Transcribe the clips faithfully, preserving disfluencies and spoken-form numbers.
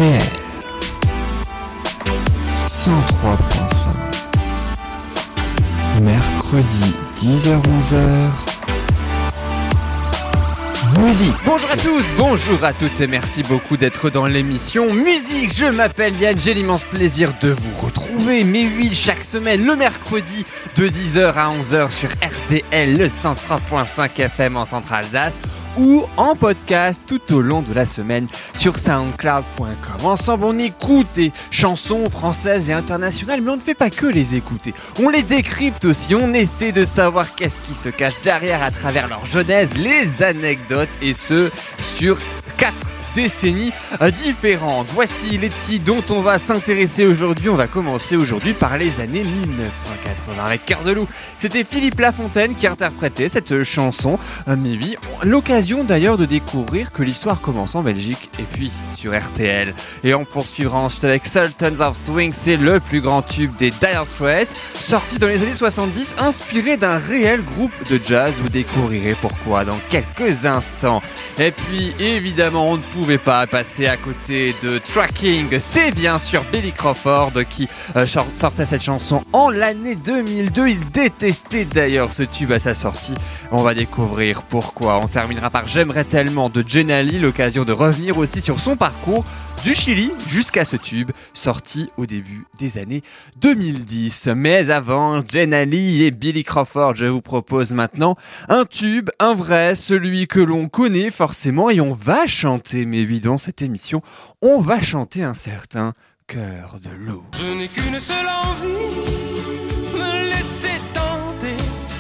T L cent trois virgule cinq. Mercredi dix heures onze heures. Musique. Bonjour à tous, bonjour à toutes et merci beaucoup d'être dans l'émission Musique. Je m'appelle Yann, j'ai l'immense plaisir de vous retrouver, mais oui, chaque semaine, le mercredi de dix heures à onze heures sur R T L, le cent trois virgule cinq F M en Centre-Alsace, ou en podcast tout au long de la semaine sur soundcloud point com. Ensemble, on écoute des chansons françaises et internationales, mais on ne fait pas que les écouter. On les décrypte aussi, on essaie de savoir qu'est-ce qui se cache derrière à travers leur genèse, les anecdotes, et ce, sur quatre décennies différentes. Voici les titres dont on va s'intéresser aujourd'hui. On va commencer aujourd'hui par les années dix-neuf cent quatre-vingts avec Cœur de Loup. C'était Philippe Lafontaine qui interprétait cette chanson. Mais oui, l'occasion d'ailleurs de découvrir que l'histoire commence en Belgique et puis sur R T L. Et on poursuivra ensuite avec Sultans of Swing. C'est le plus grand tube des Dire Straits, sorti dans les années soixante-dix, inspiré d'un réel groupe de jazz. Vous découvrirez pourquoi dans quelques instants. Et puis évidemment, on ne pouvait pas passer à côté de Tracking. C'est bien sûr Billy Crawford qui euh, sortait cette chanson en l'année deux mille deux. Il détestait d'ailleurs ce tube à sa sortie. On va découvrir pourquoi. On terminera par J'aimerais tellement de Jenali, l'occasion de revenir aussi sur son parcours du Chili jusqu'à ce tube sorti au début des années deux mille dix. Mais avant Jenali et Billy Crawford, je vous propose maintenant un tube, un vrai, celui que l'on connaît forcément, et on va chanter, mais oui, dans cette émission, on va chanter un certain Cœur de Loup. Je n'ai qu'une seule envie, me laisser tenter.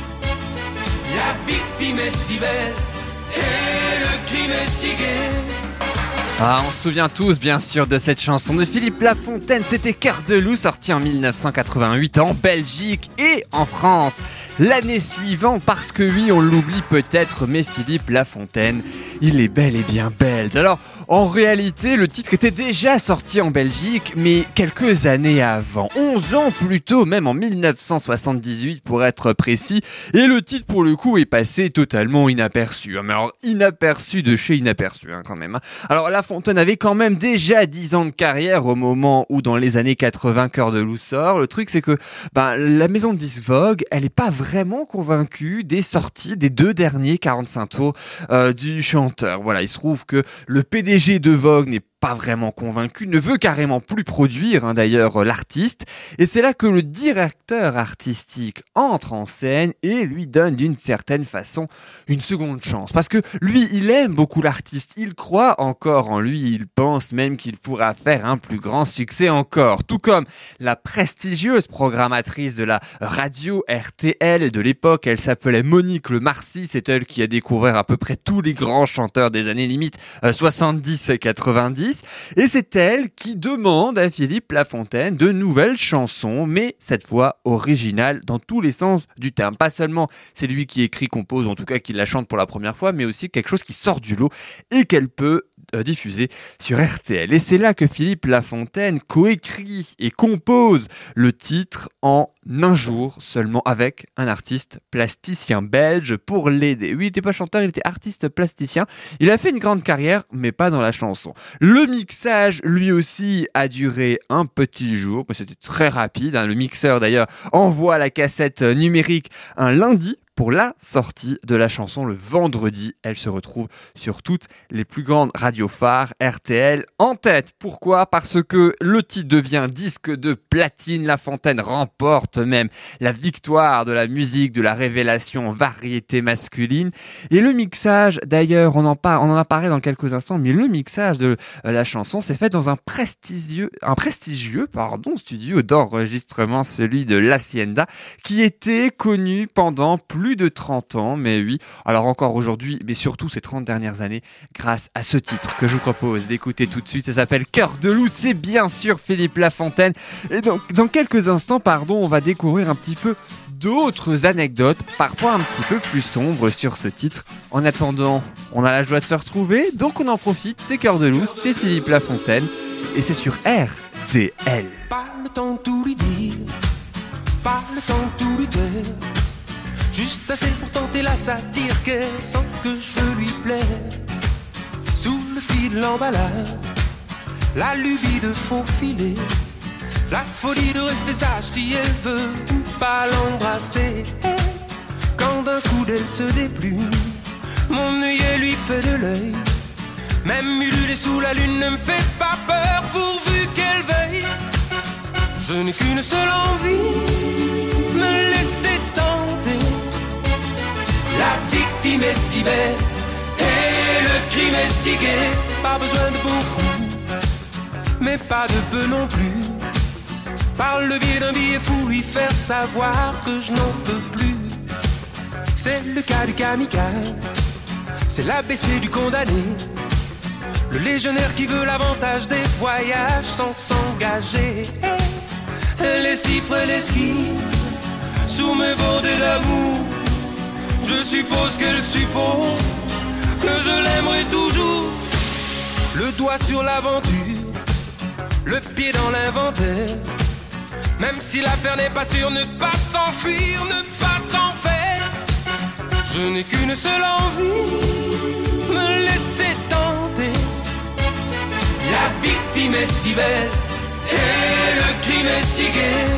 La victime est si belle et le crime est si gai. Ah, on se souvient tous bien sûr de cette chanson de Philippe Lafontaine, c'était Cœur de Loup, sorti en dix-neuf cent quatre-vingt-huit en Belgique et en France. L'année suivante, parce que oui, on l'oublie peut-être, mais Philippe Lafontaine, il est bel et bien belge. Alors, en réalité, le titre était déjà sorti en Belgique, mais quelques années avant, onze ans plus tôt, même en dix-neuf cent soixante-dix-huit pour être précis, et le titre pour le coup est passé totalement inaperçu. Mais alors, inaperçu de chez inaperçu hein, quand même. Alors, Lafontaine avait quand même déjà dix ans de carrière au moment où dans les années quatre-vingts, Cœur de Loup sort. Le truc c'est que ben, la maison de disques Vogue, elle est pas vraiment convaincue des sorties des deux derniers quarante-cinq tours euh, du chanteur. Voilà, il se trouve que le P D G de Vogue n'est pas vraiment convaincu, ne veut carrément plus produire hein, d'ailleurs l'artiste, et c'est là que le directeur artistique entre en scène et lui donne d'une certaine façon une seconde chance, parce que lui il aime beaucoup l'artiste, il croit encore en lui, il pense même qu'il pourra faire un plus grand succès encore, tout comme la prestigieuse programmatrice de la radio R T L de l'époque, elle s'appelait Monique Le Marcy, c'est elle qui a découvert à peu près tous les grands chanteurs des années limite euh, soixante-dix et quatre-vingt-dix. Et c'est elle qui demande à Philippe Lafontaine de nouvelles chansons, mais cette fois originales dans tous les sens du terme. Pas seulement c'est lui qui écrit, compose, en tout cas qui la chante pour la première fois, mais aussi quelque chose qui sort du lot et qu'elle peut euh, diffuser sur R T L. Et c'est là que Philippe Lafontaine coécrit et compose le titre en un jour seulement avec un artiste plasticien belge pour l'aider. Oui, il n'était pas chanteur, il était artiste plasticien. Il a fait une grande carrière, mais pas dans la chanson. Le mixage, lui aussi, a duré un petit jour, mais c'était très rapide. Hein. Le mixeur, d'ailleurs, envoie la cassette numérique un lundi pour la sortie de la chanson le vendredi. Elle se retrouve sur toutes les plus grandes radios phares, R T L en tête. Pourquoi ? Parce que le titre devient disque de platine. Lafontaine remporte même la victoire de la musique de la révélation variété masculine. Et le mixage, d'ailleurs, on en, par- on en a parlé dans quelques instants, mais le mixage de la chanson s'est fait dans un prestigieux, un prestigieux pardon, studio d'enregistrement, celui de l'Hacienda, qui était connu pendant plus de trente ans, mais oui, alors encore aujourd'hui, mais surtout ces trente dernières années, grâce à ce titre que je vous propose d'écouter tout de suite. Ça s'appelle Cœur de Loup, c'est bien sûr Philippe Lafontaine. Et donc, dans quelques instants, pardon, on va découvrir un petit peu d'autres anecdotes, parfois un petit peu plus sombres sur ce titre. En attendant, on a la joie de se retrouver, donc on en profite, c'est Cœur de Loup, c'est Philippe Lafontaine, et c'est sur R T L. Pas le temps de tout lui dire, pas le temps de tout lui dire. Juste assez pour tenter la satire qu'elle sent que je veux lui plaire. Sous le fil de l'emballage, la lubie de faufiler, la folie de rester sage si elle veut pas l'embrasser. Quand d'un coup d'elle se déplume, mon œillet lui fait de l'œil. Même ululer sous la lune ne me fait pas peur pourvu qu'elle veuille. Je n'ai qu'une seule envie, me laisser tenter. La victime est si belle et le crime est si gai. Pas besoin de beaucoup, mais pas de peu non plus. Par le biais d'un billet fou, lui faire savoir que je n'en peux plus. C'est le cas du kamikaze, c'est l'A B C du condamné, le légionnaire qui veut l'avantage des voyages sans s'engager. Les cifres et les skis, sous mes bordées d'amour, je suppose qu'elle suppose que je l'aimerai toujours. Le doigt sur l'aventure, le pied dans l'inventaire. Même si l'affaire n'est pas sûre, ne pas s'enfuir, ne pas s'en faire. Je n'ai qu'une seule envie, me laisser tenter. La victime est si belle et le crime est si gai.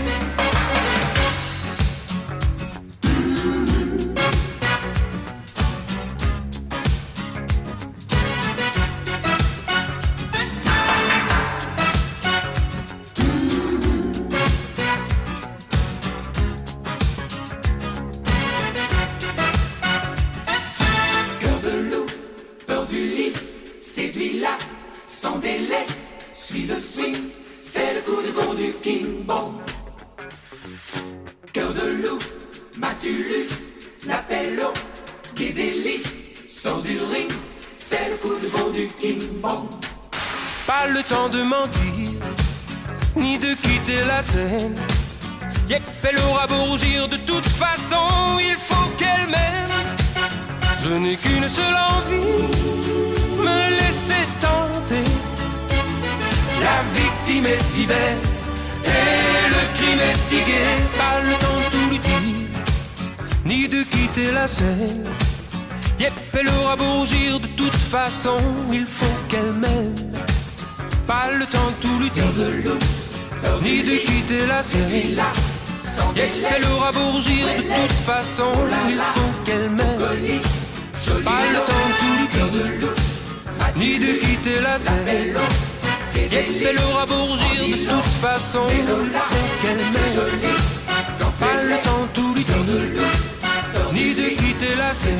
Sans délai, suis le swing, c'est le coup de vent du King Bong. Cœur de loup, m'as-tu lu, l'appel au Guédéli, sort du ring, c'est le coup de vent du King Bong. Pas le temps de mentir, ni de quitter la scène. Yep, elle aura beau rougir, de toute façon, il faut qu'elle m'aime. Je n'ai qu'une seule envie, me laisser tenter. La victime est si belle et le crime est si gai. Pas le temps de tout lui dire, ni de quitter la scène. Yep, elle aura beau rougir, de toute façon, il faut qu'elle m'aime. Pas le temps de tout lui dire, ni de quitter la scène. Yep, elle aura beau rougir, de toute façon, il faut qu'elle m'aime. Pas le temps de tout lui dire, ni de quitter la scène. Elle aura beau rougir, de toute façon, il faut qu'elle m'aime. Pas le temps de tout lui dire, ni de quitter la scène.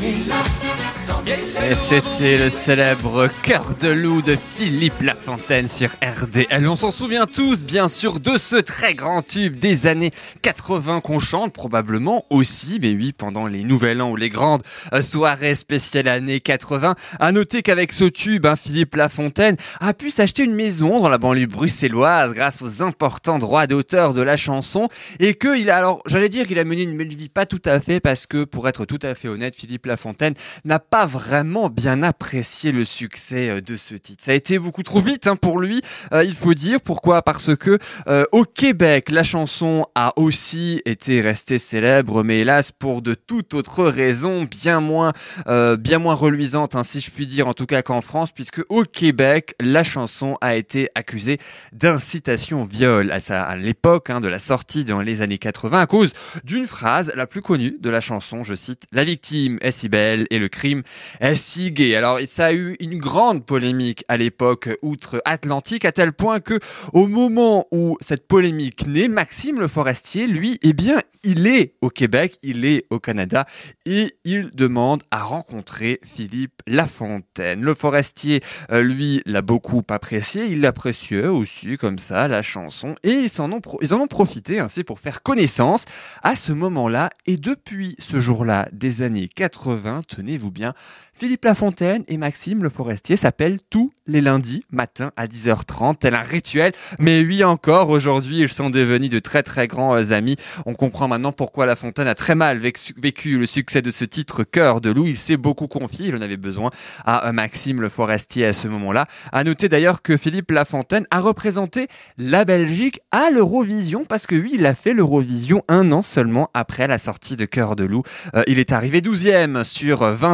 Et c'était le célèbre Cœur de loup de Philippe Lafontaine sur R D L. On s'en souvient tous, bien sûr, de ce très grand tube des années quatre-vingts qu'on chante probablement aussi, mais oui, pendant les Nouvel An ou les grandes soirées spéciales années quatre-vingts. À noter qu'avec ce tube, hein, Philippe Lafontaine a pu s'acheter une maison dans la banlieue bruxelloise grâce aux importants droits d'auteur de la chanson et que il a, alors, j'allais dire qu'il a mené une vie pas tout à fait parce que, pour être tout à fait honnête, Philippe Lafontaine n'a pas vraiment bien apprécié le succès de ce titre. Ça a été beaucoup trop vite hein, pour lui, euh, il faut dire. Pourquoi ? Parce que euh, au Québec, la chanson a aussi été restée célèbre, mais hélas pour de toute autre raison, bien moins, euh, bien moins reluisante, hein, si je puis dire, en tout cas qu'en France, puisque au Québec, la chanson a été accusée d'incitation au viol à, sa, à l'époque hein, de la sortie dans les années quatre-vingts à cause d'une phrase la plus connue de la chanson, je cite, « La victime est si belle et le crime est si gai ». Alors ça a eu une grande polémique à l'époque outre-Atlantique, à tel point que au moment où cette polémique naît, Maxime Le Forestier, lui, eh bien, il est au Québec, il est au Canada et il demande à rencontrer Philippe Lafontaine. Le Forestier, euh, lui, l'a beaucoup apprécié, il l'appréciait aussi comme ça, la chanson, et ils en ont, pro- ils en ont profité ainsi pour faire connaissance à ce moment-là. Et depuis ce jour-là des années quatre-vingts, tenez-vous bien, Philippe Lafontaine et Maxime Le Forestier s'appellent tous les lundis matin à dix heures trente, tel un rituel. Mais oui, encore aujourd'hui, ils sont devenus de très très grands euh, amis. On comprend maintenant pourquoi Lafontaine a très mal vécu, vécu le succès de ce titre Cœur de loup. Il s'est beaucoup confié, il en avait besoin à euh, Maxime Le Forestier à ce moment-là. À noter d'ailleurs que Philippe Lafontaine a représenté la Belgique à l'Eurovision, parce que oui, il a fait l'Eurovision un an seulement après la sortie de Cœur de loup. Euh, il est arrivé douzième sur vingt et un,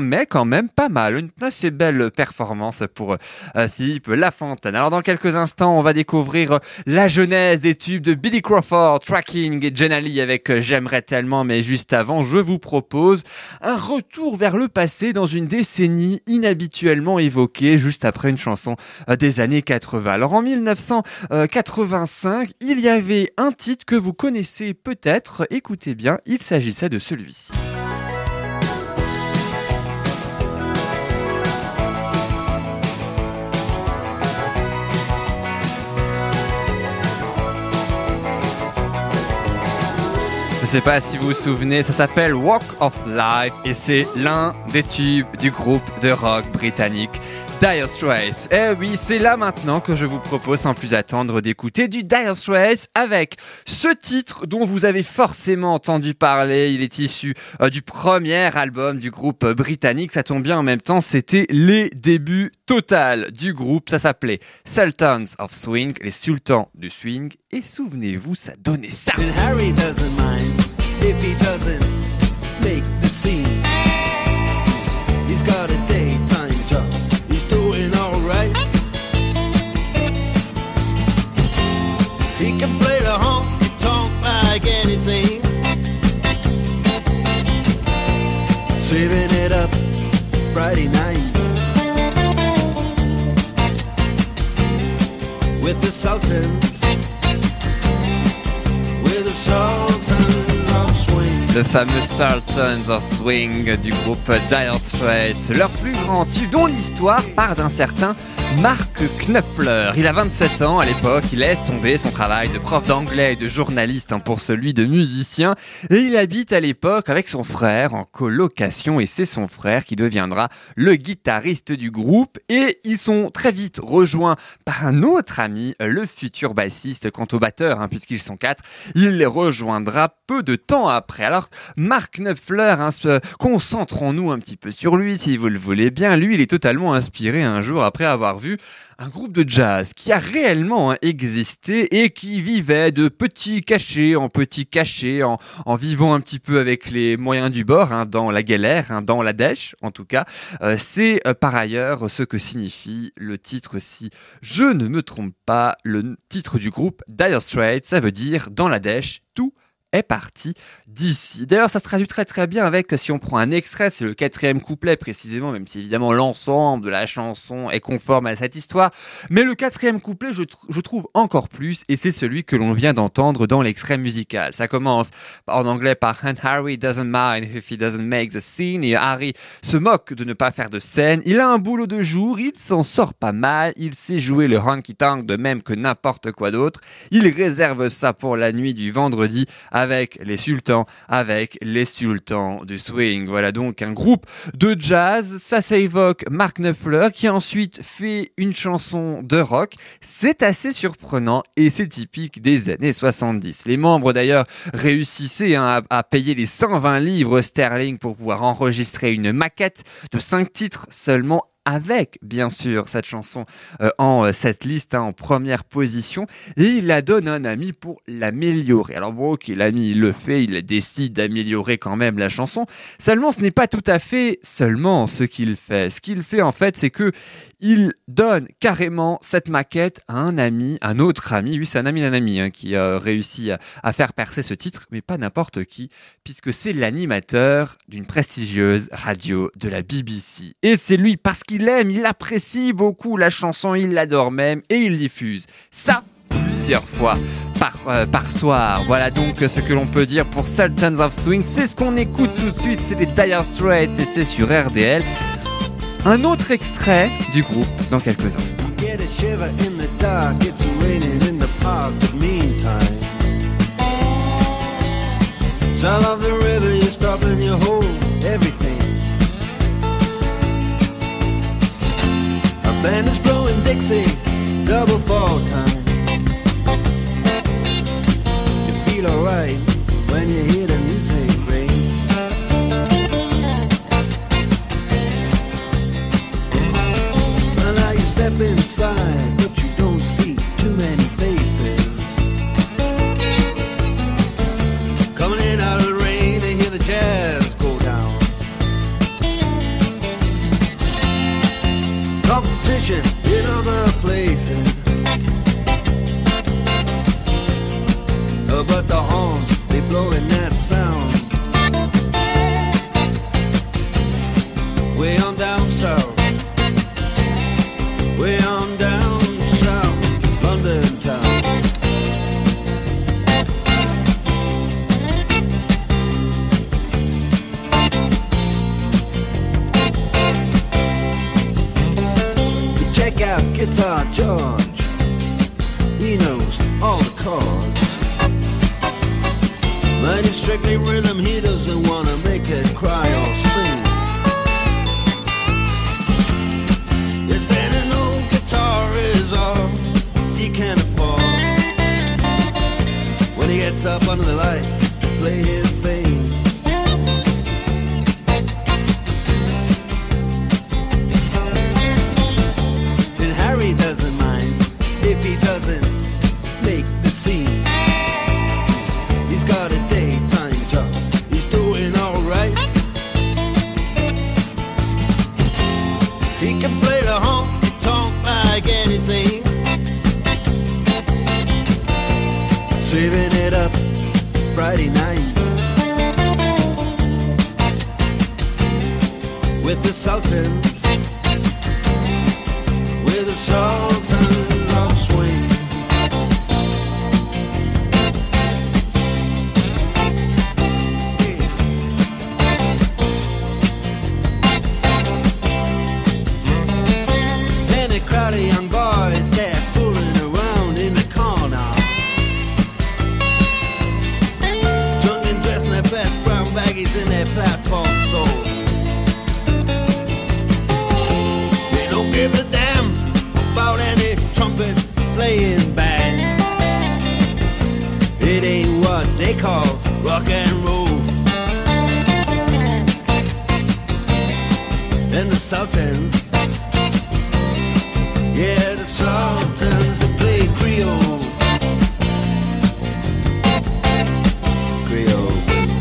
mais quand même pas mal. Une assez belle performance pour euh, Philippe Lafontaine. Alors dans quelques instants, on va découvrir la genèse des tubes de Billy Crawford, Tracking et Jenna Lee avec euh, J'aimerais tellement, mais juste avant, je vous propose un retour vers le passé dans une décennie inhabituellement évoquée juste après une chanson euh, des années quatre-vingts. Alors en dix-neuf cent quatre-vingt-cinq, il y avait un titre que vous connaissez peut-être. Écoutez bien, il s'agissait de celui-ci. Je sais pas si vous vous souvenez, ça s'appelle Walk of Life et c'est l'un des tubes du groupe de rock britannique Dire Straits. Eh oui, c'est là maintenant que je vous propose sans plus attendre d'écouter du Dire Straits avec ce titre dont vous avez forcément entendu parler. Il est issu euh, du premier album du groupe britannique. Ça tombe bien en même temps, c'était les débuts total du groupe. Ça s'appelait Sultans of Swing, les sultans du swing. Et souvenez-vous, ça donnait ça. And Harry doesn't mind if he doesn't make the scene. He's got a daytime job. He's doing all right. He can play the honky tonk like anything. Saving it up Friday night with the Sultans, with the Sultans of Swing. Le fameux Sultans of Swing du groupe Dire Straits, leur plus grand tube dont l'histoire part d'un certain Mark Knopfler. Il a vingt-sept ans à l'époque, il laisse tomber son travail de prof d'anglais et de journaliste hein, pour celui de musicien et il habite à l'époque avec son frère en colocation et c'est son frère qui deviendra le guitariste du groupe et ils sont très vite rejoints par un autre ami, le futur bassiste. Quant au batteur, hein, puisqu'ils sont quatre, il les rejoindra peu de temps après. Alors Mark Knopfler, hein, se... concentrons-nous un petit peu sur lui si vous le voulez bien. Lui, il est totalement inspiré un jour après avoir vu un groupe de jazz qui a réellement hein, existé et qui vivait de petits cachets en petits cachets, en, en vivant un petit peu avec les moyens du bord, hein, dans la galère, hein, dans la dèche en tout cas. Euh, c'est euh, par ailleurs ce que signifie le titre, si je ne me trompe pas, le titre du groupe Dire Straits, ça veut dire dans la dèche, tout est parti d'ici. D'ailleurs, ça se traduit très très bien avec, si on prend un extrait, c'est le quatrième couplet précisément, même si évidemment l'ensemble de la chanson est conforme à cette histoire. Mais le quatrième couplet, je, tr- je trouve encore plus, et c'est celui que l'on vient d'entendre dans l'extrait musical. Ça commence en anglais par And Harry doesn't mind if he doesn't make the scene. Et Harry se moque de ne pas faire de scène. Il a un boulot de jour, il s'en sort pas mal, il sait jouer le honky-tonk de même que n'importe quoi d'autre. Il réserve ça pour la nuit du vendredi avec les sultans, avec les sultans du swing. Voilà donc un groupe de jazz. Ça, ça évoque Mark Knopfler qui a ensuite fait une chanson de rock. C'est assez surprenant et c'est typique des années soixante-dix. Les membres d'ailleurs réussissaient hein, à, à payer les cent vingt livres sterling pour pouvoir enregistrer une maquette de cinq titres seulement, avec, bien sûr, cette chanson euh, en euh, cette liste, hein, en première position. Et il la donne à un ami pour l'améliorer. Alors bon, ok, l'ami, il le fait, il décide d'améliorer quand même la chanson. Seulement, ce n'est pas tout à fait seulement ce qu'il fait. Ce qu'il fait, en fait, c'est que il donne carrément cette maquette à un ami, un autre ami. Oui, c'est un ami d'un ami hein, qui a réussi à, à faire percer ce titre, mais pas n'importe qui, puisque c'est l'animateur d'une prestigieuse radio de la B B C. Et c'est lui, parce qu'il aime, il apprécie beaucoup la chanson, il l'adore même, et il diffuse ça plusieurs fois par, euh, par soir. Voilà donc ce que l'on peut dire pour Sultans of Swing. C'est ce qu'on écoute tout de suite, c'est les Dire Straits et c'est sur R D L. Un autre extrait du groupe dans quelques instants. Get a shiver in the dark, it's raining in the park, but meantime sound of the river, you stop and you hold everything. A band is blowing Dixie, double fall time. You feel alright when you hear the music ring. Step inside, but you don't see too many faces. Coming in out of the rain to hear the jazz go down. other places. Oh, but the horns, they blowing that sound. Way on down south. Way on down south, London town. You check out Guitar George. He knows all the chords. But it's strictly rhythm, he doesn't wanna make it cry or sing. If any old guitar is all he can afford, when he gets up under the lights to play his thing. And Harry doesn't mind if he doesn't make the scene. He's got a daytime job, he's doing alright. He can play the honky tonk like anything, saving it up Friday night with the Sultans, with the Sultans of Swing. Crowd of young boys, they're fooling around in the corner, drunk and dressed in their best brown baggies in their platform soles. They don't give a damn about any trumpet playing band. It ain't what they call rock and roll. And the Sultans, yeah, the Sultans that play Creole. Creole.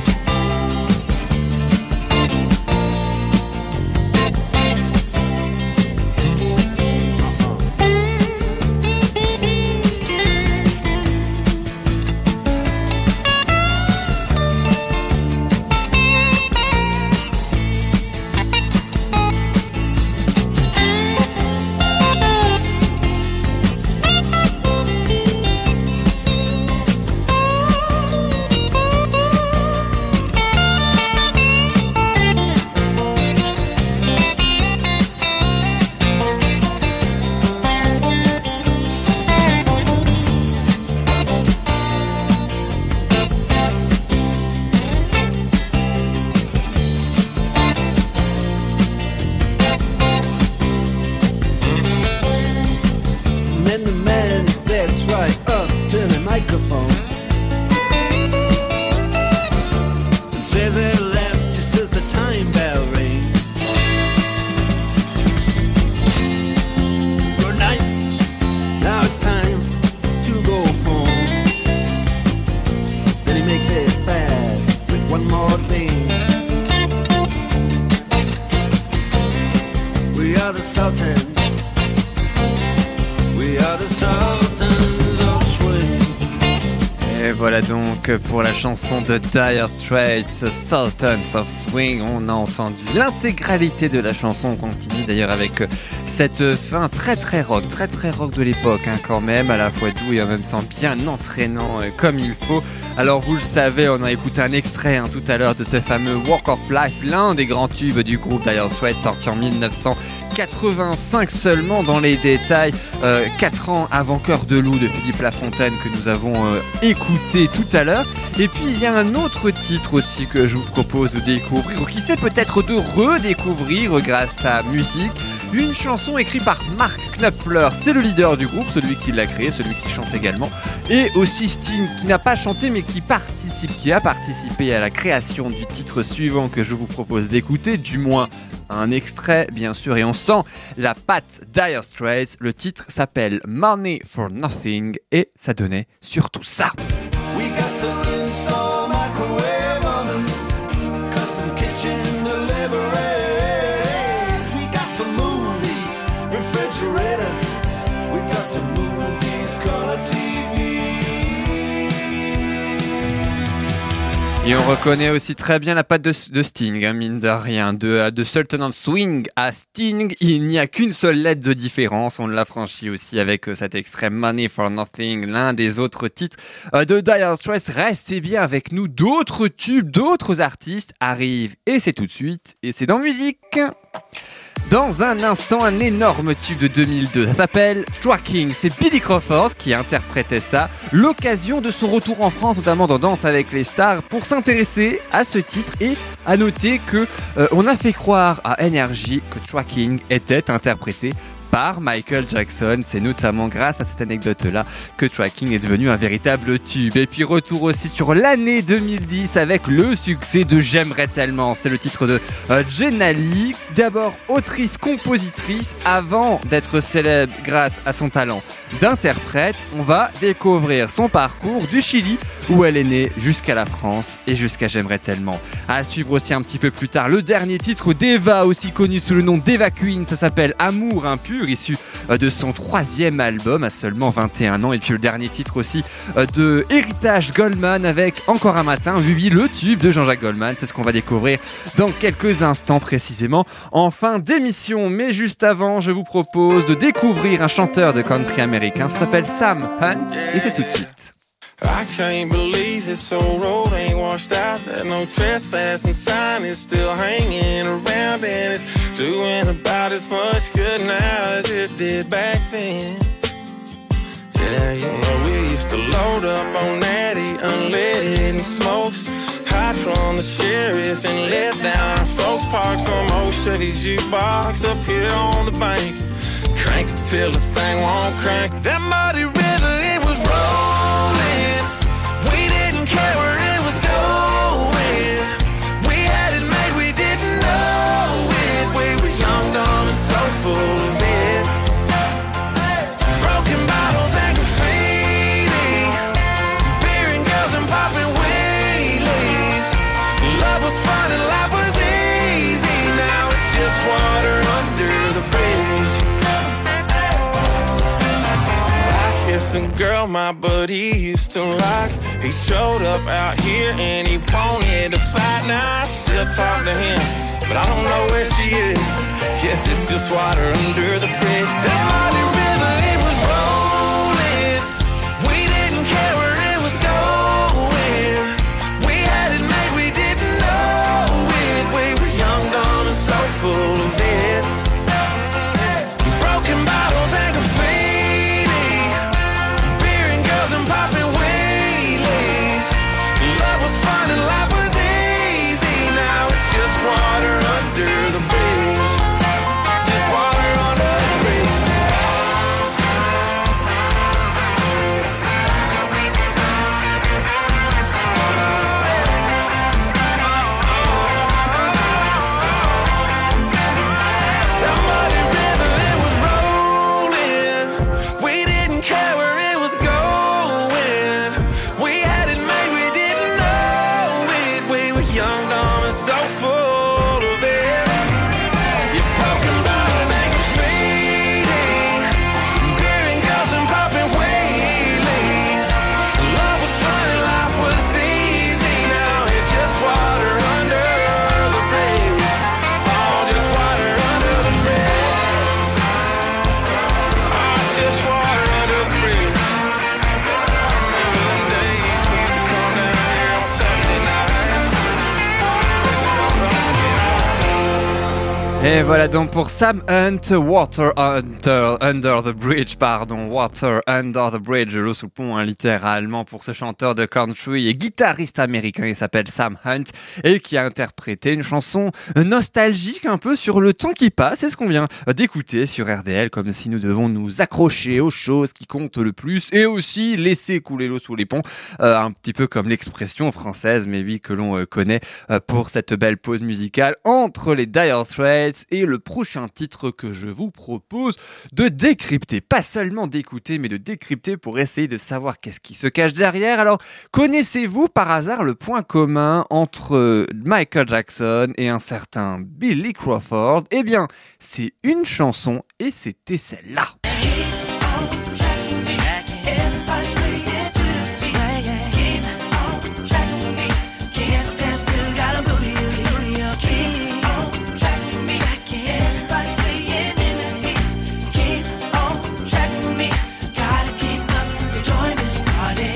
Microphone and says it last just as the time bell rings. Good night, now it's time to go home. Then he makes it fast with one more thing. We are the Sultans, we are the Sultans. Et voilà donc pour la chanson de Dire Straits, Sultans of Swing. On a entendu l'intégralité de la chanson. On continue d'ailleurs avec cette fin très très rock, très très rock de l'époque hein, quand même, à la fois doux et en même temps bien entraînant euh, comme il faut. Alors vous le savez, on a écouté un extrait hein, tout à l'heure de ce fameux Walk of Life, l'un des grands tubes du groupe Dire Straits, sorti en mille neuf cent quatre-vingt-cinq seulement dans les détails, euh, quatre ans avant Cœur de loup de Philippe Lafontaine que nous avons euh, écouté tout à l'heure. Et puis il y a un autre titre aussi que je vous propose de découvrir, ou qui sait peut-être de redécouvrir grâce à musique. Une chanson écrite par Mark Knopfler, c'est le leader du groupe, celui qui l'a créé, celui qui chante également. Et aussi Sting, qui n'a pas chanté mais qui participe, qui a participé à la création du titre suivant que je vous propose d'écouter, du moins un extrait bien sûr, et on sent la patte Dire Straits. Le titre s'appelle Money for Nothing et ça donnait surtout ça. We got to install microwave ovens, custom kitchen deliveries. We got to move these refrigerators Et on reconnaît aussi très bien la patte de, de Sting, hein, mine de rien. De, de Sultan of Swing à Sting, il n'y a qu'une seule lettre de différence. On l'a franchi aussi avec cet extrait Money for Nothing, l'un des autres titres de Dire Straits. Restez bien avec nous, d'autres tubes, d'autres artistes arrivent. Et c'est tout de suite, et c'est dans musique. Dans un instant, un énorme tube de deux mille deux, ça s'appelle Tracking, c'est Billy Crawford qui interprétait ça, l'occasion de son retour en France, notamment dans Danse avec les stars, pour s'intéresser à ce titre et à noter que euh, on a fait croire à Energy que Tracking était interprété par Michael Jackson. C'est notamment grâce à cette anecdote-là que Tracking est devenu un véritable tube. Et puis retour aussi sur l'année deux mille dix avec le succès de J'aimerais tellement. C'est le titre de euh, Jenna Lee, d'abord autrice-compositrice avant d'être célèbre grâce à son talent d'interprète. On va découvrir son parcours du Chili où elle est née jusqu'à la France et jusqu'à J'aimerais tellement. À suivre aussi un petit peu plus tard le dernier titre d'Eva, aussi connu sous le nom d'Eva Queen. Ça s'appelle Amour impur, issu de son troisième album à seulement vingt et un ans. Et puis le dernier titre aussi de Héritage Goldman avec Encore un matin, oui oui, le tube de Jean-Jacques Goldman. C'est ce qu'on va découvrir dans quelques instants précisément en fin d'émission. Mais juste avant, je vous propose de découvrir un chanteur de country américain. Ça s'appelle Sam Hunt et c'est tout de suite. I can't believe this old road ain't washed out, that no trespassing sign is still hanging around, and it's doing about as much good now as it did back then. Yeah, you know we used to load up on natty, unleaded and smokes, hide from the sheriff and let down our folks. Park some old Chevy jukebox up here on the bank, crank it till the thing won't crank. That muddy river, it was rolling, we didn't care where it was going, we had it made, we didn't know it, we were young, dumb and so full of it. Broken bottles and graffiti, beer and girls and popping wheelies. Love was fun and life was easy, now it's just water under the bridge. The girl my buddy used to like, he showed up out here and he wanted to fight. Now I still talk to him, but I don't know where she is. Guess it's just water under the bridge. That mighty river, it was rolling, we didn't care where it was going, we had it made, we didn't know it, we were young, dumb and so full of it. Broken bottles and graffiti, and popping wheelies. Love was fun and life was easy, now it's just water under the bridge. Just water under the bridge. That muddy river, it was rolling, we didn't care where it was going, young, dumb, and so full of it. You're broken bottles and graffiti, beer and girls and popping wheelies. Love was fun and life was easy, now it's just water under the bridge. Oh, just water under the bridge. Oh, it's just water under the bridge. Remember them days we used to come down here on Saturday night. Et voilà donc pour Sam Hunt, Water Under, under the Bridge, pardon, Water Under the Bridge, l'eau sous le pont, hein, littéralement, pour ce chanteur de country et guitariste américain, il s'appelle Sam Hunt, et qui a interprété une chanson nostalgique un peu sur le temps qui passe, c'est ce qu'on vient d'écouter sur R D L, comme si nous devons nous accrocher aux choses qui comptent le plus, et aussi laisser couler l'eau sous les ponts, euh, un petit peu comme l'expression française, mais oui, que l'on euh, connaît euh, pour cette belle pause musicale entre les Dire Straits et le prochain titre que je vous propose de décrypter, pas seulement d'écouter mais de décrypter pour essayer de savoir qu'est-ce qui se cache derrière. Alors connaissez-vous par hasard le point commun entre Michael Jackson et un certain Billy Crawford? Eh bien c'est une chanson et c'était celle-là.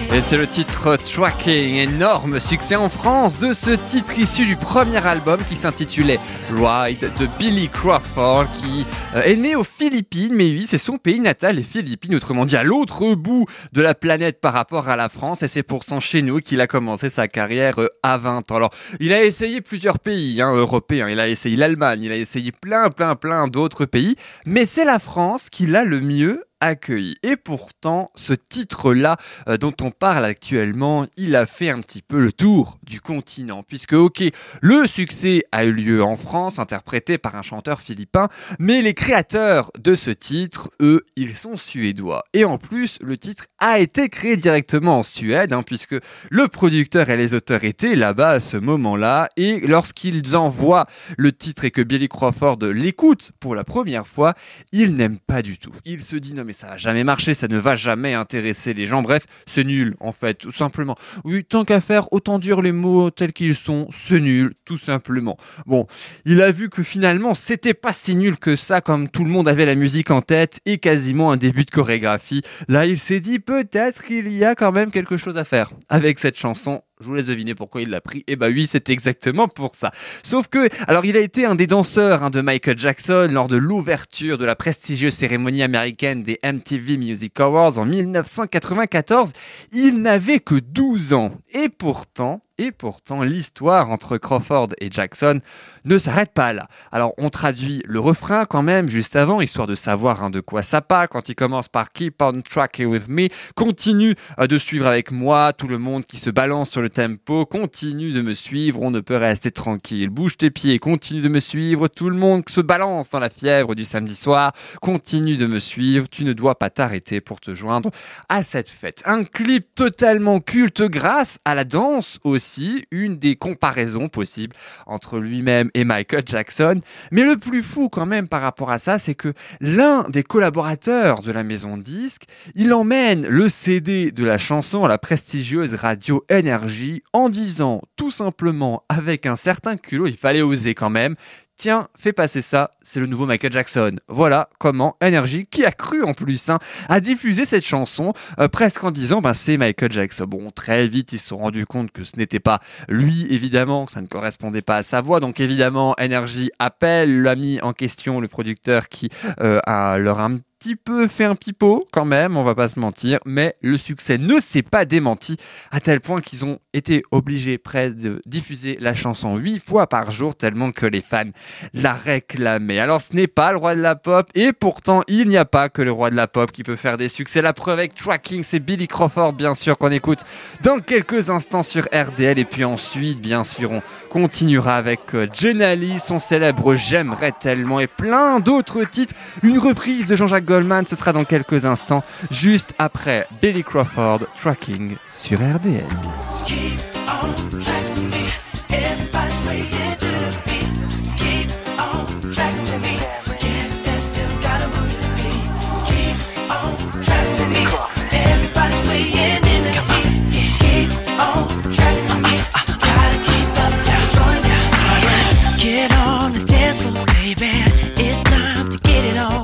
Et c'est le titre Tracking, énorme succès en France de ce titre issu du premier album qui s'intitulait Ride de Billy Crawford, qui est né aux Philippines, mais oui, c'est son pays natal, les Philippines, autrement dit à l'autre bout de la planète par rapport à la France, et c'est pourtant chez nous qu'il a commencé sa carrière à vingt ans. Alors, il a essayé plusieurs pays hein, européens, il a essayé l'Allemagne, il a essayé plein, plein, plein d'autres pays, mais c'est la France qui l'a le mieux accueilli. Et pourtant, ce titre-là euh, dont on parle actuellement, il a fait un petit peu le tour du continent. Puisque, ok, le succès a eu lieu en France, interprété par un chanteur philippin, mais les créateurs de ce titre, eux, ils sont suédois. Et en plus, le titre a été créé directement en Suède, hein, puisque le producteur et les auteurs étaient là-bas à ce moment-là. Et lorsqu'ils envoient le titre et que Billy Crawford l'écoute pour la première fois, il n'aime pas du tout. Il se dit non mais ça va jamais marcher, ça ne va jamais intéresser les gens. Bref, c'est nul en fait, tout simplement. Oui, tant qu'à faire, autant dire les mots tels qu'ils sont, c'est nul, tout simplement. Bon, il a vu que finalement, c'était pas si nul que ça, comme tout le monde avait la musique en tête et quasiment un début de chorégraphie. Là, il s'est dit peut-être qu'il y a quand même quelque chose à faire avec cette chanson. Je vous laisse deviner pourquoi il l'a pris. Et bah oui, c'est exactement pour ça. Sauf que, alors il a été un des danseurs hein, de Michael Jackson lors de l'ouverture de la prestigieuse cérémonie américaine des M T V Music Awards en dix-neuf cent quatre-vingt-quatorze. Il n'avait que douze ans. Et pourtant, et pourtant, l'histoire entre Crawford et Jackson ne s'arrête pas là. Alors, on traduit le refrain quand même juste avant, histoire de savoir hein, de quoi ça parle. Quand il commence par Keep on tracking with me, continue euh, de suivre avec moi, tout le monde qui se balance sur le tempo, continue de me suivre, on ne peut rester tranquille. Bouge tes pieds, continue de me suivre, tout le monde se balance dans la fièvre du samedi soir, continue de me suivre, tu ne dois pas t'arrêter pour te joindre à cette fête. Un clip totalement culte grâce à la danse aussi, une des comparaisons possibles entre lui-même et Michael Jackson. Mais le plus fou quand même par rapport à ça, c'est que l'un des collaborateurs de la maison de disques, il emmène le C D de la chanson à la prestigieuse radio Énergie en disant tout simplement avec un certain culot, il fallait oser quand même, tiens, fais passer ça, c'est le nouveau Michael Jackson. Voilà comment Énergie, qui a cru en plus, hein, a diffusé cette chanson, euh, presque en disant, ben c'est Michael Jackson. Bon, très vite, ils se sont rendus compte que ce n'était pas lui, évidemment, que ça ne correspondait pas à sa voix. Donc évidemment, Énergie appelle l'ami en question, le producteur, qui euh, a leur un petit peu fait un pipeau quand même, on va pas se mentir, mais le succès ne s'est pas démenti à tel point qu'ils ont été obligés presque de diffuser la chanson huit fois par jour tellement que les fans la réclamaient. Alors ce n'est pas le roi de la pop et pourtant il n'y a pas que le roi de la pop qui peut faire des succès. La preuve avec Tracking, c'est Billy Crawford bien sûr qu'on écoute dans quelques instants sur R D L et puis ensuite bien sûr on continuera avec Jenali, son célèbre J'aimerais tellement et plein d'autres titres, une reprise de Jean-Jacques Goldman, ce sera dans quelques instants, juste après Billy Crawford, Tracking sur R D L. Keep on tracking me, everybody's waiting to the beat. Keep on tracking me, can't stand still, gotta move your feet. Keep on tracking me, everybody's waiting in the heat. Keep on tracking me, gotta keep up, gotta join this party. Get on the dance floor, baby, it's time to get it on.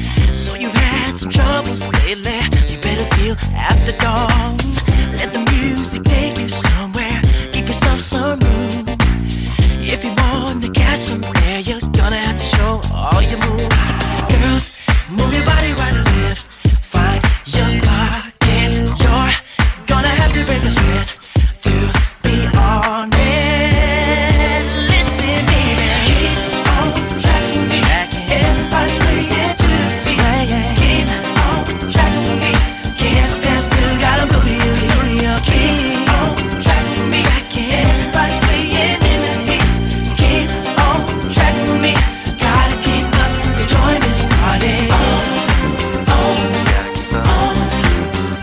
So you've had some troubles lately, you better deal after dawn. Let the music take you somewhere, give yourself some room. If you want to catch somewhere, you're gonna have to show all your moves. Girls, move your body right and left, find your pocket. You're gonna have to break a sweat to be on it. Listen, baby, keep on tracking me, everybody's waiting to the swaying. Keep on tracking me, can't stand still, gotta move you. Keep on tracking me, everybody's waiting in the heat. Keep on tracking me, gotta keep up to join this party. Oh, oh, oh,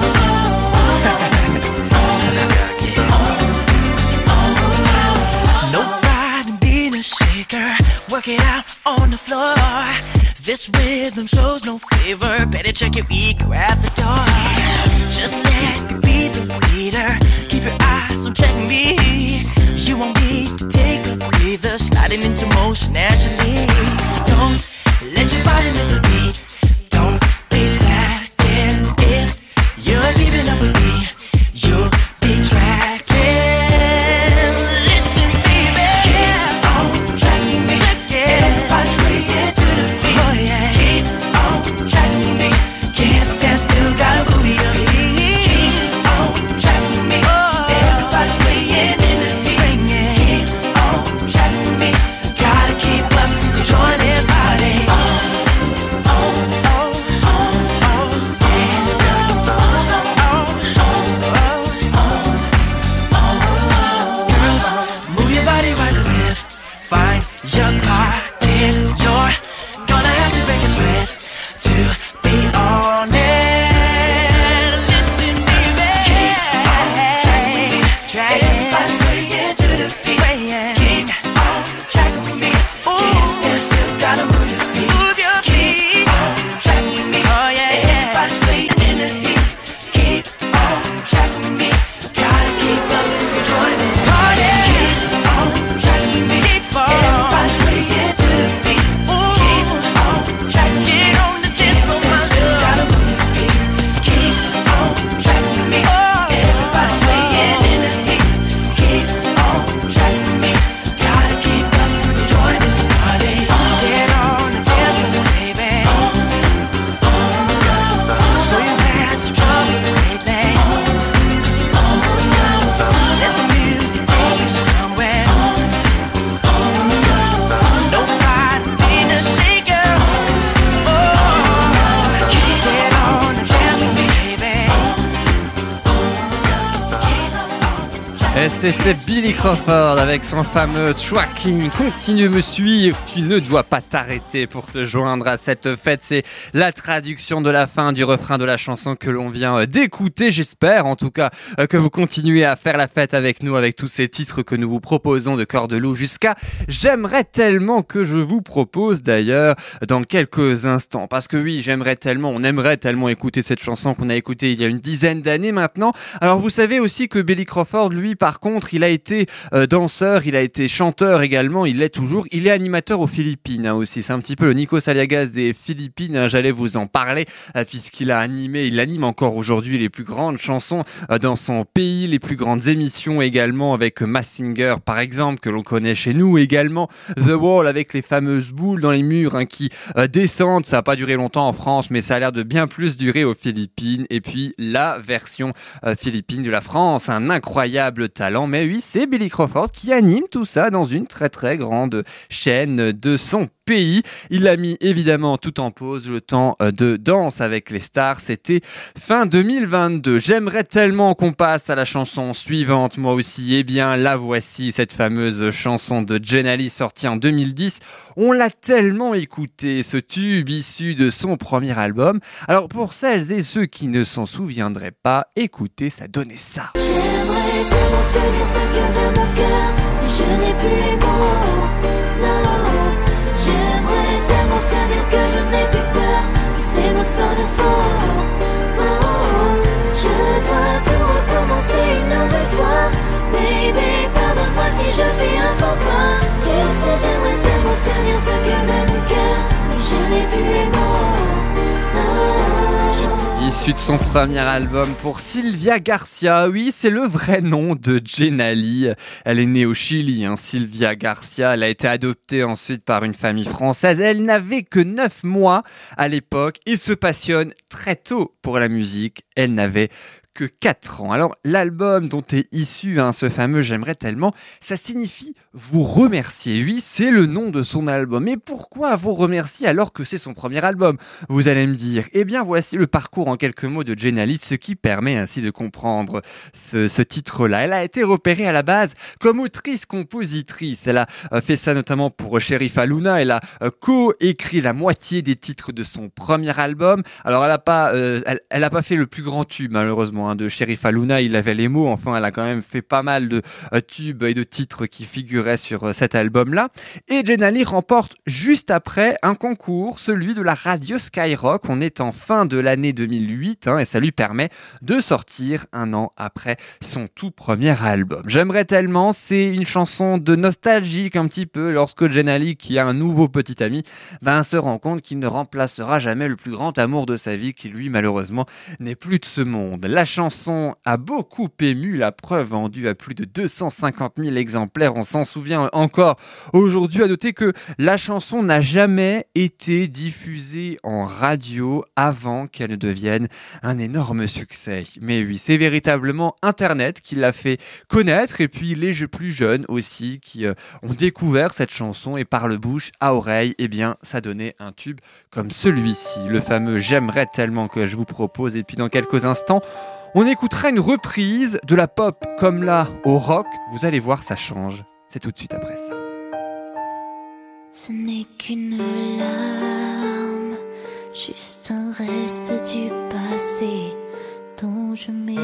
oh, oh. No pride in being a shaker, work it out on the floor. This rhythm shows no favor, better check your ego at the door. Just let me be the leader, keep your eyes on checking me. You won't need to take a breather, sliding into motion naturally. Don't let your body miss a beat, don't be slacking. If you're keeping up with me, C'était Billy Crawford avec son fameux tracking. Continue me suivre, tu ne dois pas t'arrêter pour te joindre à cette fête. C'est la traduction de la fin du refrain de la chanson que l'on vient d'écouter. J'espère en tout cas que vous continuez à faire la fête avec nous, avec tous ces titres que nous vous proposons de Cœur de Loup jusqu'à J'aimerais tellement, que je vous propose d'ailleurs dans quelques instants. Parce que oui, j'aimerais tellement, on aimerait tellement écouter cette chanson qu'on a écoutée il y a une dizaine d'années maintenant. Alors vous savez aussi que Billy Crawford, lui, par contre, il a été euh, danseur, il a été chanteur également, il l'est toujours, il est animateur aux Philippines hein, aussi. C'est un petit peu le Nikos Aliagas des Philippines, hein, j'allais vous en parler, euh, puisqu'il a animé, il anime encore aujourd'hui les plus grandes chansons euh, dans son pays, les plus grandes émissions également avec Masked Singer par exemple, que l'on connaît chez nous, également The Wall avec les fameuses boules dans les murs hein, qui euh, descendent. Ça n'a pas duré longtemps en France, mais ça a l'air de bien plus durer aux Philippines. Et puis la version euh, philippine de la France, un incroyable talent. Mais oui, c'est Billy Crawford qui anime tout ça dans une très très grande chaîne de son pays. Il a mis évidemment tout en pause le temps de Danse avec les stars. C'était fin deux mille vingt-deux. J'aimerais tellement qu'on passe à la chanson suivante, moi aussi. Eh bien, la voici, cette fameuse chanson de Jenali sortie en deux mille dix. On l'a tellement écouté, ce tube issu de son premier album. Alors, pour celles et ceux qui ne s'en souviendraient pas, écoutez, ça donnait ça. J'aimerais tellement te dire ce que veut mon cœur, mais je n'ai plus les mots, non. J'aimerais tellement te dire que je n'ai plus peur, que ces mots sonnent faux. Oh, je dois tout recommencer une nouvelle fois. Baby, pardonne-moi si je fais un faux pas. Tu sais, j'aimerais tellement te dire ce que veut mon cœur, mais je n'ai plus les mots, non. Issu de son premier album pour Sylvia Garcia. Oui, c'est le vrai nom de Jenali. Elle est née au Chili, hein, Sylvia Garcia. Elle a été adoptée ensuite par une famille française. Elle n'avait que neuf mois à l'époque et se passionne très tôt pour la musique. Elle n'avait que quatre ans. Alors, l'album dont est issu hein, ce fameux J'aimerais tellement, ça signifie vous remercier. Oui, c'est le nom de son album. Mais pourquoi vous remercier alors que c'est son premier album? Vous allez me dire. Eh bien, voici le parcours en quelques mots de Jenali, ce qui permet ainsi de comprendre ce, ce titre-là. Elle a été repérée à la base comme autrice-compositrice. Elle a euh, fait ça notamment pour Sheriff Aluna. Elle a euh, co-écrit la moitié des titres de son premier album. Alors, elle n'a pas, euh, elle, elle a pas fait le plus grand tube, malheureusement, de Sheriff Aluna, il avait les mots, enfin elle a quand même fait pas mal de euh, tubes et de titres qui figuraient sur euh, cet album-là. Et Jenali remporte juste après un concours, celui de la radio Skyrock. On est en fin de l'année deux mille huit hein, et ça lui permet de sortir un an après son tout premier album. J'aimerais tellement, c'est une chanson de nostalgique un petit peu lorsque Jenali, qui a un nouveau petit ami, ben, se rend compte qu'il ne remplacera jamais le plus grand amour de sa vie qui lui malheureusement n'est plus de ce monde. La chanson a beaucoup ému, la preuve vendue à plus de deux cent cinquante mille exemplaires, on s'en souvient encore aujourd'hui. À noter que la chanson n'a jamais été diffusée en radio avant qu'elle ne devienne un énorme succès. Mais oui, c'est véritablement Internet qui l'a fait connaître et puis les plus jeunes aussi qui euh, ont découvert cette chanson et par le bouche à oreille, eh bien ça donnait un tube comme celui-ci, le fameux J'aimerais tellement que je vous propose. Et puis dans quelques instants, on écoutera une reprise de la pop comme là au rock. Vous allez voir, ça change. C'est tout de suite après ça. Ce n'est qu'une larme, juste un reste du passé dont je m'éloigne,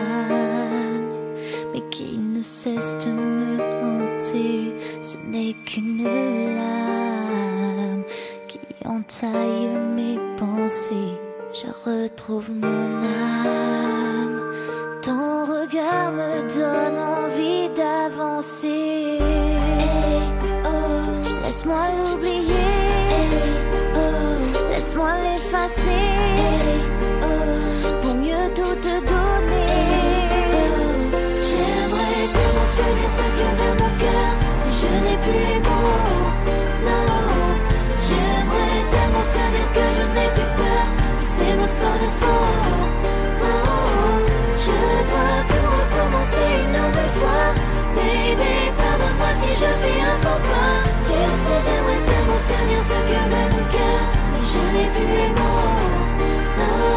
mais qui ne cesse de me hanter. Ce n'est qu'une larme qui entaille mes pensées. Je retrouve mon âme, ton regard me donne envie d'avancer. Hey, oh, laisse-moi l'oublier, hey, oh, laisse-moi l'effacer, hey, oh, pour mieux tout te donner. Oh, j'aimerais tellement te dire ce que veut mon cœur, mais je n'ai plus les mots, non. J'aimerais tellement te dire que je n'ai plus peur, ces mots sonnent faux. Oh, je dois tout recommencer une nouvelle fois. Baby, pardonne-moi si je fais un faux pas. Tu sais, j'aimerais tellement te dire ce que veut mon cœur, mais je n'ai plus les mots.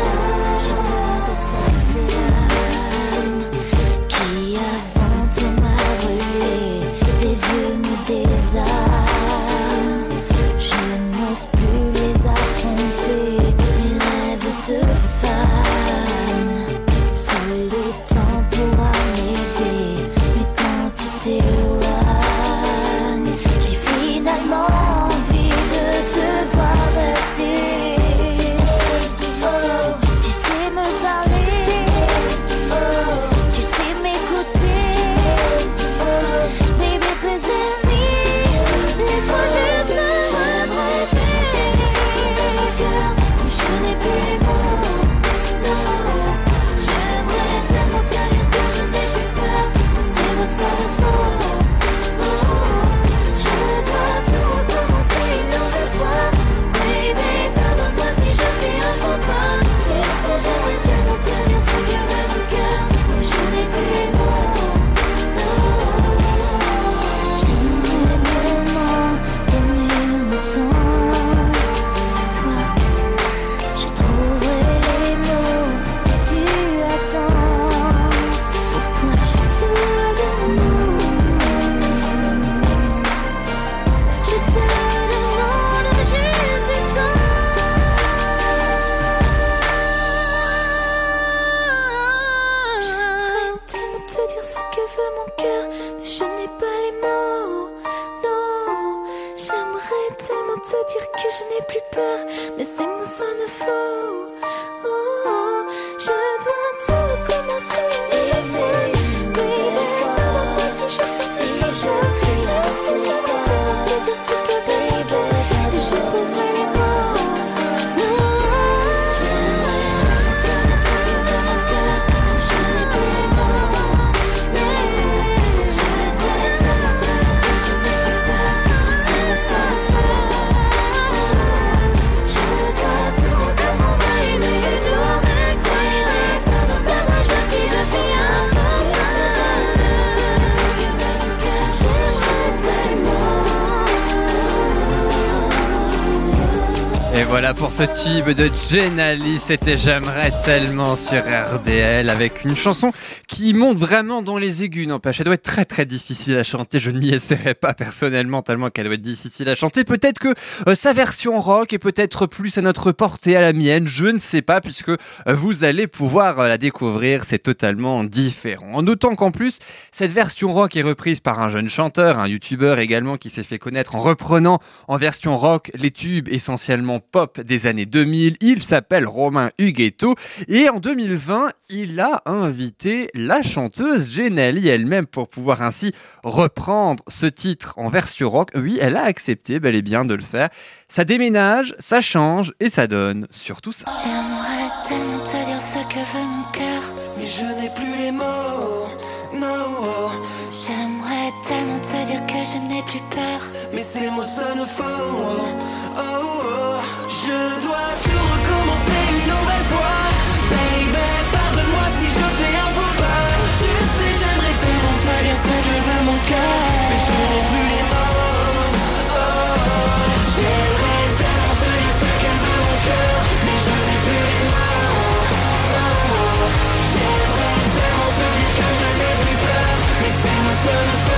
Non, j'ai peur de cette flamme qui a vent de ma que je n'ai plus peur, mais ces mots sonnent faux. Oh, oh, je dois tout recommencer. Oui, mais pardonne-moi si je fais, si je fais. Si jamais tellement te dire ce que baby, et je trouverai les mots. J'aimerais tellement faire de mon cœur, je n'ai plus les mots. J'aimerais tellement te dire que je n'ai plus peur, c'est le feu. Je dois tout recommencer, mais je dois recréer. Dans le passage, je fais, je fais un faux. Je sais, je t'aime, je sais que de mon cœur, j'aimerais tellement. Et voilà pour ce tube de Jenali, c'était J'aimerais tellement sur R D L avec une chanson qui monte vraiment dans les aigus, n'empêche, elle doit être très très difficile à chanter, je ne m'y essaierai pas personnellement tellement qu'elle doit être difficile à chanter, peut-être que euh, sa version rock est peut-être plus à notre portée, à la mienne, je ne sais pas puisque euh, vous allez pouvoir euh, la découvrir, c'est totalement différent. En notant qu'en plus, cette version rock est reprise par un jeune chanteur, un youtubeur également qui s'est fait connaître en reprenant en version rock les tubes essentiellement pop des années deux mille, il s'appelle Romain Huguetto et en deux mille vingt, il a invité la chanteuse Jenali elle-même pour pouvoir ainsi reprendre ce titre en version rock. Oui, elle a accepté bel et bien de le faire. Ça déménage, ça change et ça donne surtout ça. J'aimerais tellement te dire ce que veut mon cœur, Mais je n'ai plus les mots, non. j'aimerais tellement te dire que je n'ai plus peur. Mais ces mots sonnent faux. Oh, oh, je dois tout recommencer une nouvelle fois. Baby, pardonne-moi si je fais un faux pas. Tu sais, j'aimerais tellement te dire ce que veut mon cœur, mais je n'ai plus les mots. Oh, oh, j'aimerais tellement te dire ce que veut mon cœur, mais je n'ai plus les mots. Oh, oh, j'aimerais tellement te dire que je n'ai plus peur, mais ces mots sonnent faux.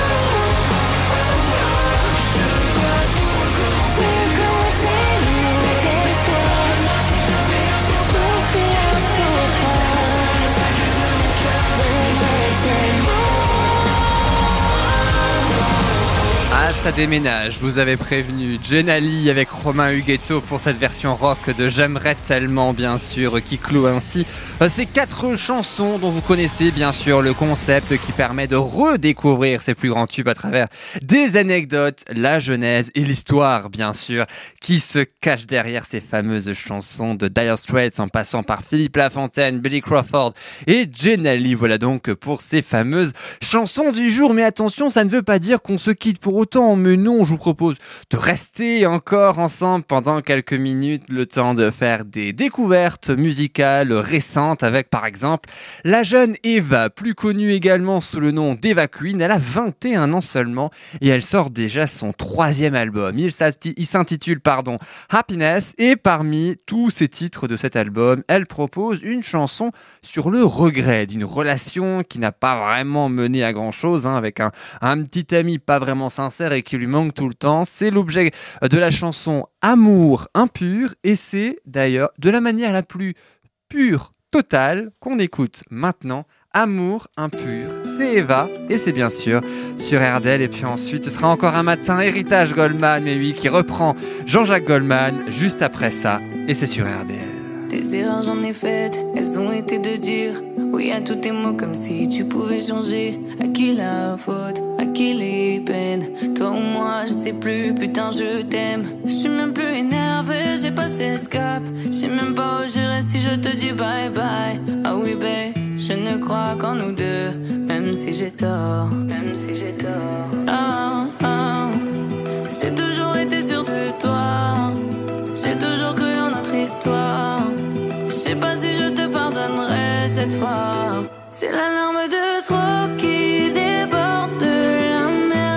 Ah, ça déménage, vous avez prévenu Jenali avec Romain Huguetto pour cette version rock de J'aimerais tellement, bien sûr, qui clôt ainsi euh, ces quatre chansons dont vous connaissez bien sûr le concept qui permet de redécouvrir ces plus grands tubes à travers des anecdotes, la genèse et l'histoire bien sûr qui se cache derrière ces fameuses chansons de Dire Straits en passant par Philippe Lafontaine, Billy Crawford et Jenali. Voilà donc pour ces fameuses chansons du jour. Mais attention, ça ne veut pas dire qu'on se quitte pour autant. Mais non, je vous propose de rester encore ensemble pendant quelques minutes, le temps de faire des découvertes musicales récentes avec par exemple la jeune Eva, plus connue également sous le nom d'Eva Queen. Elle a vingt et un ans seulement et elle sort déjà son troisième album. Il s'intitule pardon Happiness et parmi tous ces titres de cet album, elle propose une chanson sur le regret d'une relation qui n'a pas vraiment mené à grand chose hein, avec un, un petit ami pas vraiment sincère et qui lui manque tout le temps. C'est l'objet de la chanson Amour impur et c'est d'ailleurs de la manière la plus pure, totale qu'on écoute maintenant. Amour impur, c'est Eva et c'est bien sûr sur R D L. Et puis ensuite ce sera encore un matin héritage Goldman, mais oui, qui reprend Jean-Jacques Goldman juste après ça et c'est sur R D L. Des erreurs j'en ai faites, elles ont été de dire oui à tous tes mots comme si tu pouvais changer. À qui la faute, à qui les peines, toi ou moi je sais plus, putain je t'aime. Je suis même plus énervée, j'ai passé ce cap, je sais même pas où j'irai si je te dis bye bye. Ah oui babe, je ne crois qu'en nous deux, même si j'ai tort, même si j'ai tort. Ah, ah, j'ai toujours été sûre de toi, j'ai toujours cru en notre histoire. Je sais pas si je te pardonnerai cette fois. C'est la larme de trop qui déborde de la mer.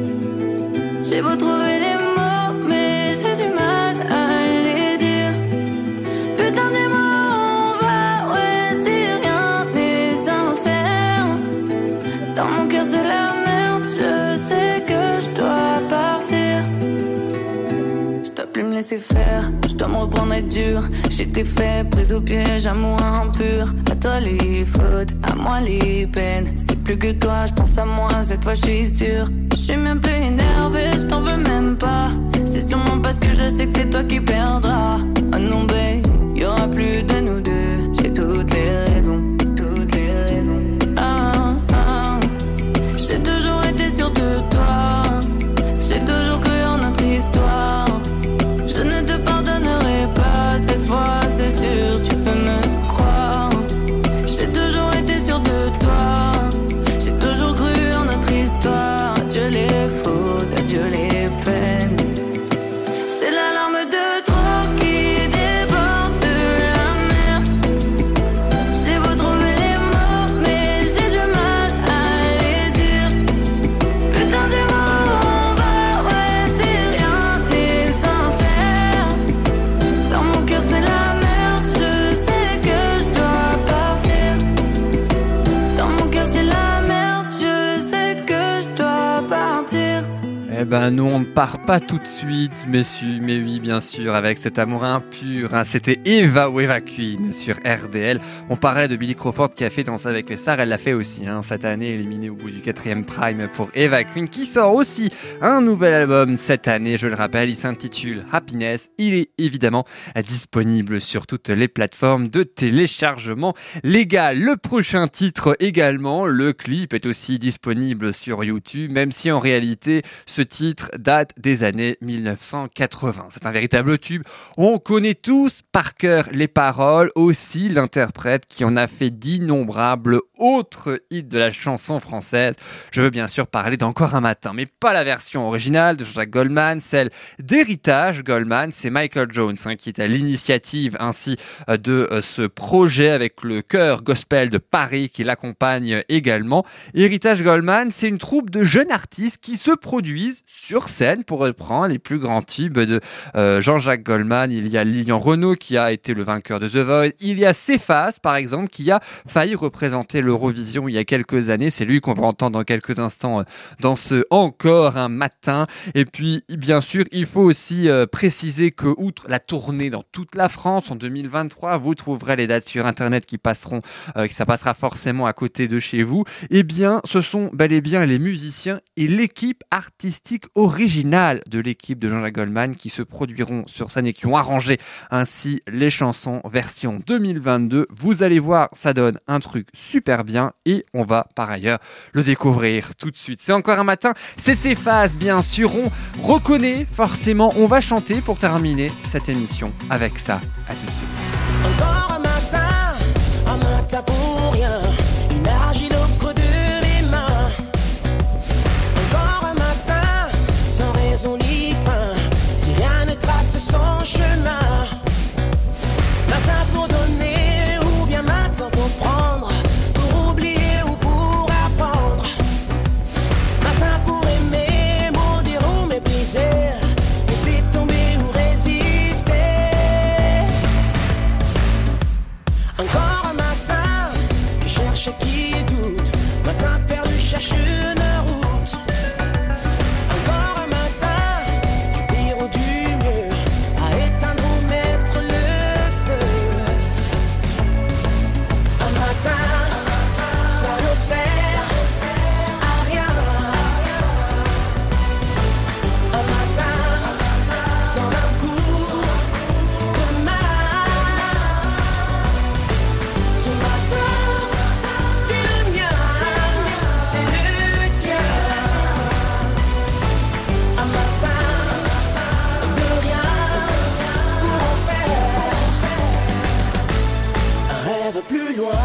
J'ai beau trouver les mots, mais j'ai du mal à les dire. Putain dis-moi on va, ouais si rien n'est sincère. Dans mon cœur c'est la merde, je sais que je dois partir. Je dois plus me laisser faire. Je dois me reprendre à être dur. J'étais fait, prise au piège, amour impur. À toi les fautes, à moi les peines. C'est plus que toi, je pense à moi, cette fois je suis sûre. Je suis même plus énervée, je t'en veux même pas. C'est sûrement parce que je sais que c'est toi qui perdras. Oh non babe, y'aura plus de nous deux. J'ai toutes les raisons, toutes les raisons. Ah, ah. J'ai toujours été sûre de toi. J'ai toujours cru en notre histoire. Je ne te pardonnerai pas cette fois, c'est sûr, tu peux me croire. J'ai toujours été sûre de toi. J'ai toujours cru en notre histoire. Adieu les fautes, adieu les peines. C'est l'alarme de trop qui déborde de la mer. J'ai beau trouver les mots, mais j'ai du mal à les dire. Putain dis-moi où on va, ouais si rien n'est sincère. Dans mon cœur c'est la merde, je sais que je dois partir. Dans mon cœur c'est la merde, je sais que je dois partir. Eh ben non, on ne part pas tout de suite, messieurs, mais oui, bien sûr, avec cet amour impur. Hein. C'était Eva ou Eva Queen sur R D L. On parlait de Billy Crawford qui a fait Danser avec les stars. Elle l'a fait aussi hein, cette année, éliminée au bout du quatrième prime pour Eva Queen, qui sort aussi un nouvel album cette année. Je le rappelle, il s'intitule Happiness. Il est évidemment disponible sur toutes les plateformes de téléchargement légal. Le prochain titre également, le clip est aussi disponible sur YouTube, même si en réalité, ce titre date des années dix-neuf cent quatre-vingts. C'est un véritable tube. On connaît tous par cœur les paroles, aussi l'interprète qui en a fait d'innombrables autres hits de la chanson française. Je veux bien sûr parler d'Encore un matin, mais pas la version originale de Jean-Jacques Goldman, celle d'Héritage Goldman. C'est Michael Jones hein, qui est à l'initiative ainsi de euh, ce projet avec le chœur gospel de Paris qui l'accompagne également. Héritage Goldman, c'est une troupe de jeunes artistes qui se produisent sur scène pour reprendre les plus grands tubes de euh, Jean-Jacques Goldman. Il y a Lilian Renaud qui a été le vainqueur de The Voice. Il y a Cephas par exemple qui a failli représenter l'Eurovision il y a quelques années. C'est lui qu'on va entendre dans quelques instants euh, dans ce Encore un matin. Et puis bien sûr il faut aussi euh, préciser que outre la tournée dans toute la France en deux mille vingt-trois, vous trouverez les dates sur internet qui passeront, euh, que ça passera forcément à côté de chez vous. Eh bien ce sont bel et bien les musiciens et l'équipe artistique originale de l'équipe de Jean-Jacques Goldman qui se produiront sur scène et qui ont arrangé ainsi les chansons version deux mille vingt-deux. Vous allez voir, ça donne un truc super bien et on va par ailleurs le découvrir tout de suite. C'est Encore un matin, c'est Cephas bien sûr, on reconnaît forcément, on va chanter pour terminer cette émission avec ça. À tout de suite. Encore un matin, un matin pour rien, une argile au creux de mes mains. Encore un matin, sans raison ni fin, si rien ne trace son chemin. Matin pour donner ou bien matin pour prendre, pour oublier ou pour apprendre. Matin pour aimer, maudire ou mépriser, laisser tomber ou résister. Encore un matin qui cherche et qui doute, matin perdu cherche une route. Encore un matin du pire ou du mieux, à éteindre ou mettre le feu. Un matin, ça ne sert à rien. Un matin, sans un coup de main. Ce matin, c'est le mien, c'est le tien. Un matin de rien pour en faire un rêve plus loin.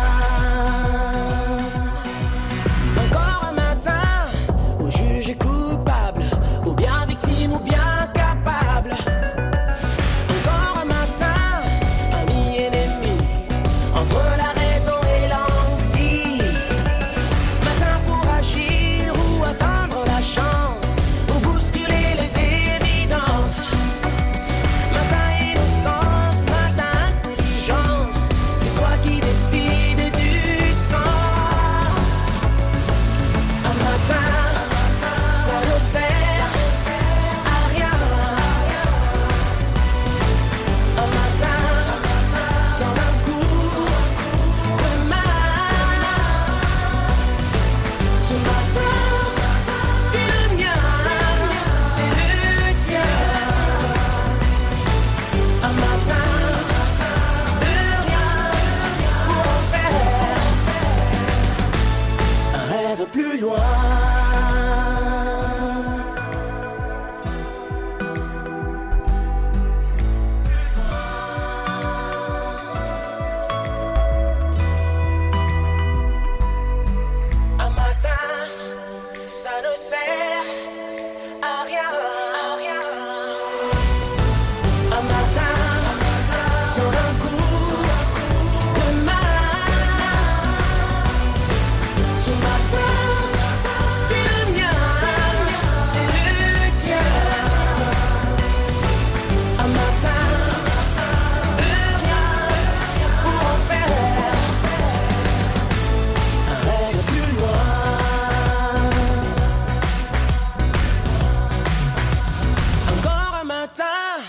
Encore un matin où jugé coupable, ou bien victime ou bien capable. Encore un matin, ami et ennemi, entre la raison et l'envie. Matin pour agir ou atteindre la chance, ou bousculer les évidences. Matin innocence, matin intelligence, c'est toi qui décides.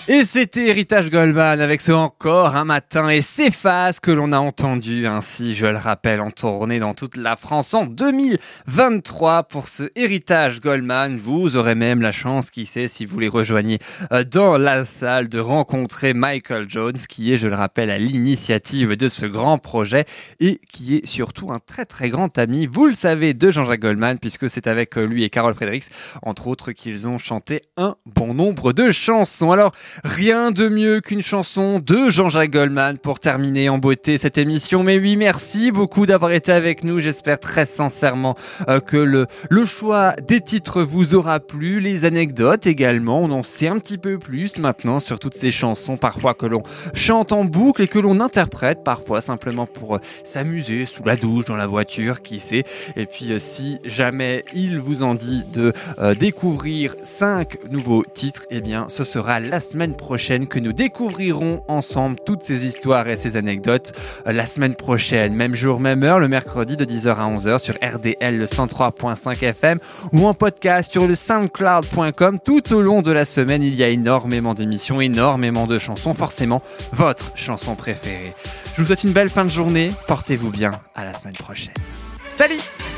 Et c'était Héritage Goldman avec ce Encore un matin et S'efface que l'on a entendu ainsi, je le rappelle, en tournée dans toute la France en deux mille vingt-trois pour ce Héritage Goldman. Vous aurez même la chance, qui sait, si vous les rejoignez dans la salle, de rencontrer Michael Jones, qui est, je le rappelle, à l'initiative de ce grand projet et qui est surtout un très très grand ami, vous le savez, de Jean-Jacques Goldman, puisque c'est avec lui et Carole Fredericks, entre autres, qu'ils ont chanté un bon nombre de chansons. Alors, rien de mieux qu'une chanson de Jean-Jacques Goldman pour terminer en beauté cette émission. Mais oui, merci beaucoup d'avoir été avec nous. J'espère très sincèrement euh, que le, le choix des titres vous aura plu. Les anecdotes également. On en sait un petit peu plus maintenant sur toutes ces chansons parfois que l'on chante en boucle et que l'on interprète parfois simplement pour euh, s'amuser sous la douche, dans la voiture, qui sait. Et puis euh, si jamais il vous en dit de euh, découvrir cinq nouveaux titres, eh bien ce sera la semaine prochaine que nous découvrirons ensemble toutes ces histoires et ces anecdotes. Euh, la semaine prochaine, même jour, même heure, le mercredi de dix heures à onze heures sur R D L le cent trois point cinq F M ou en podcast sur le soundcloud point com. Tout au long de la semaine, il y a énormément d'émissions, énormément de chansons, forcément votre chanson préférée. Je vous souhaite une belle fin de journée, portez-vous bien, à la semaine prochaine. Salut!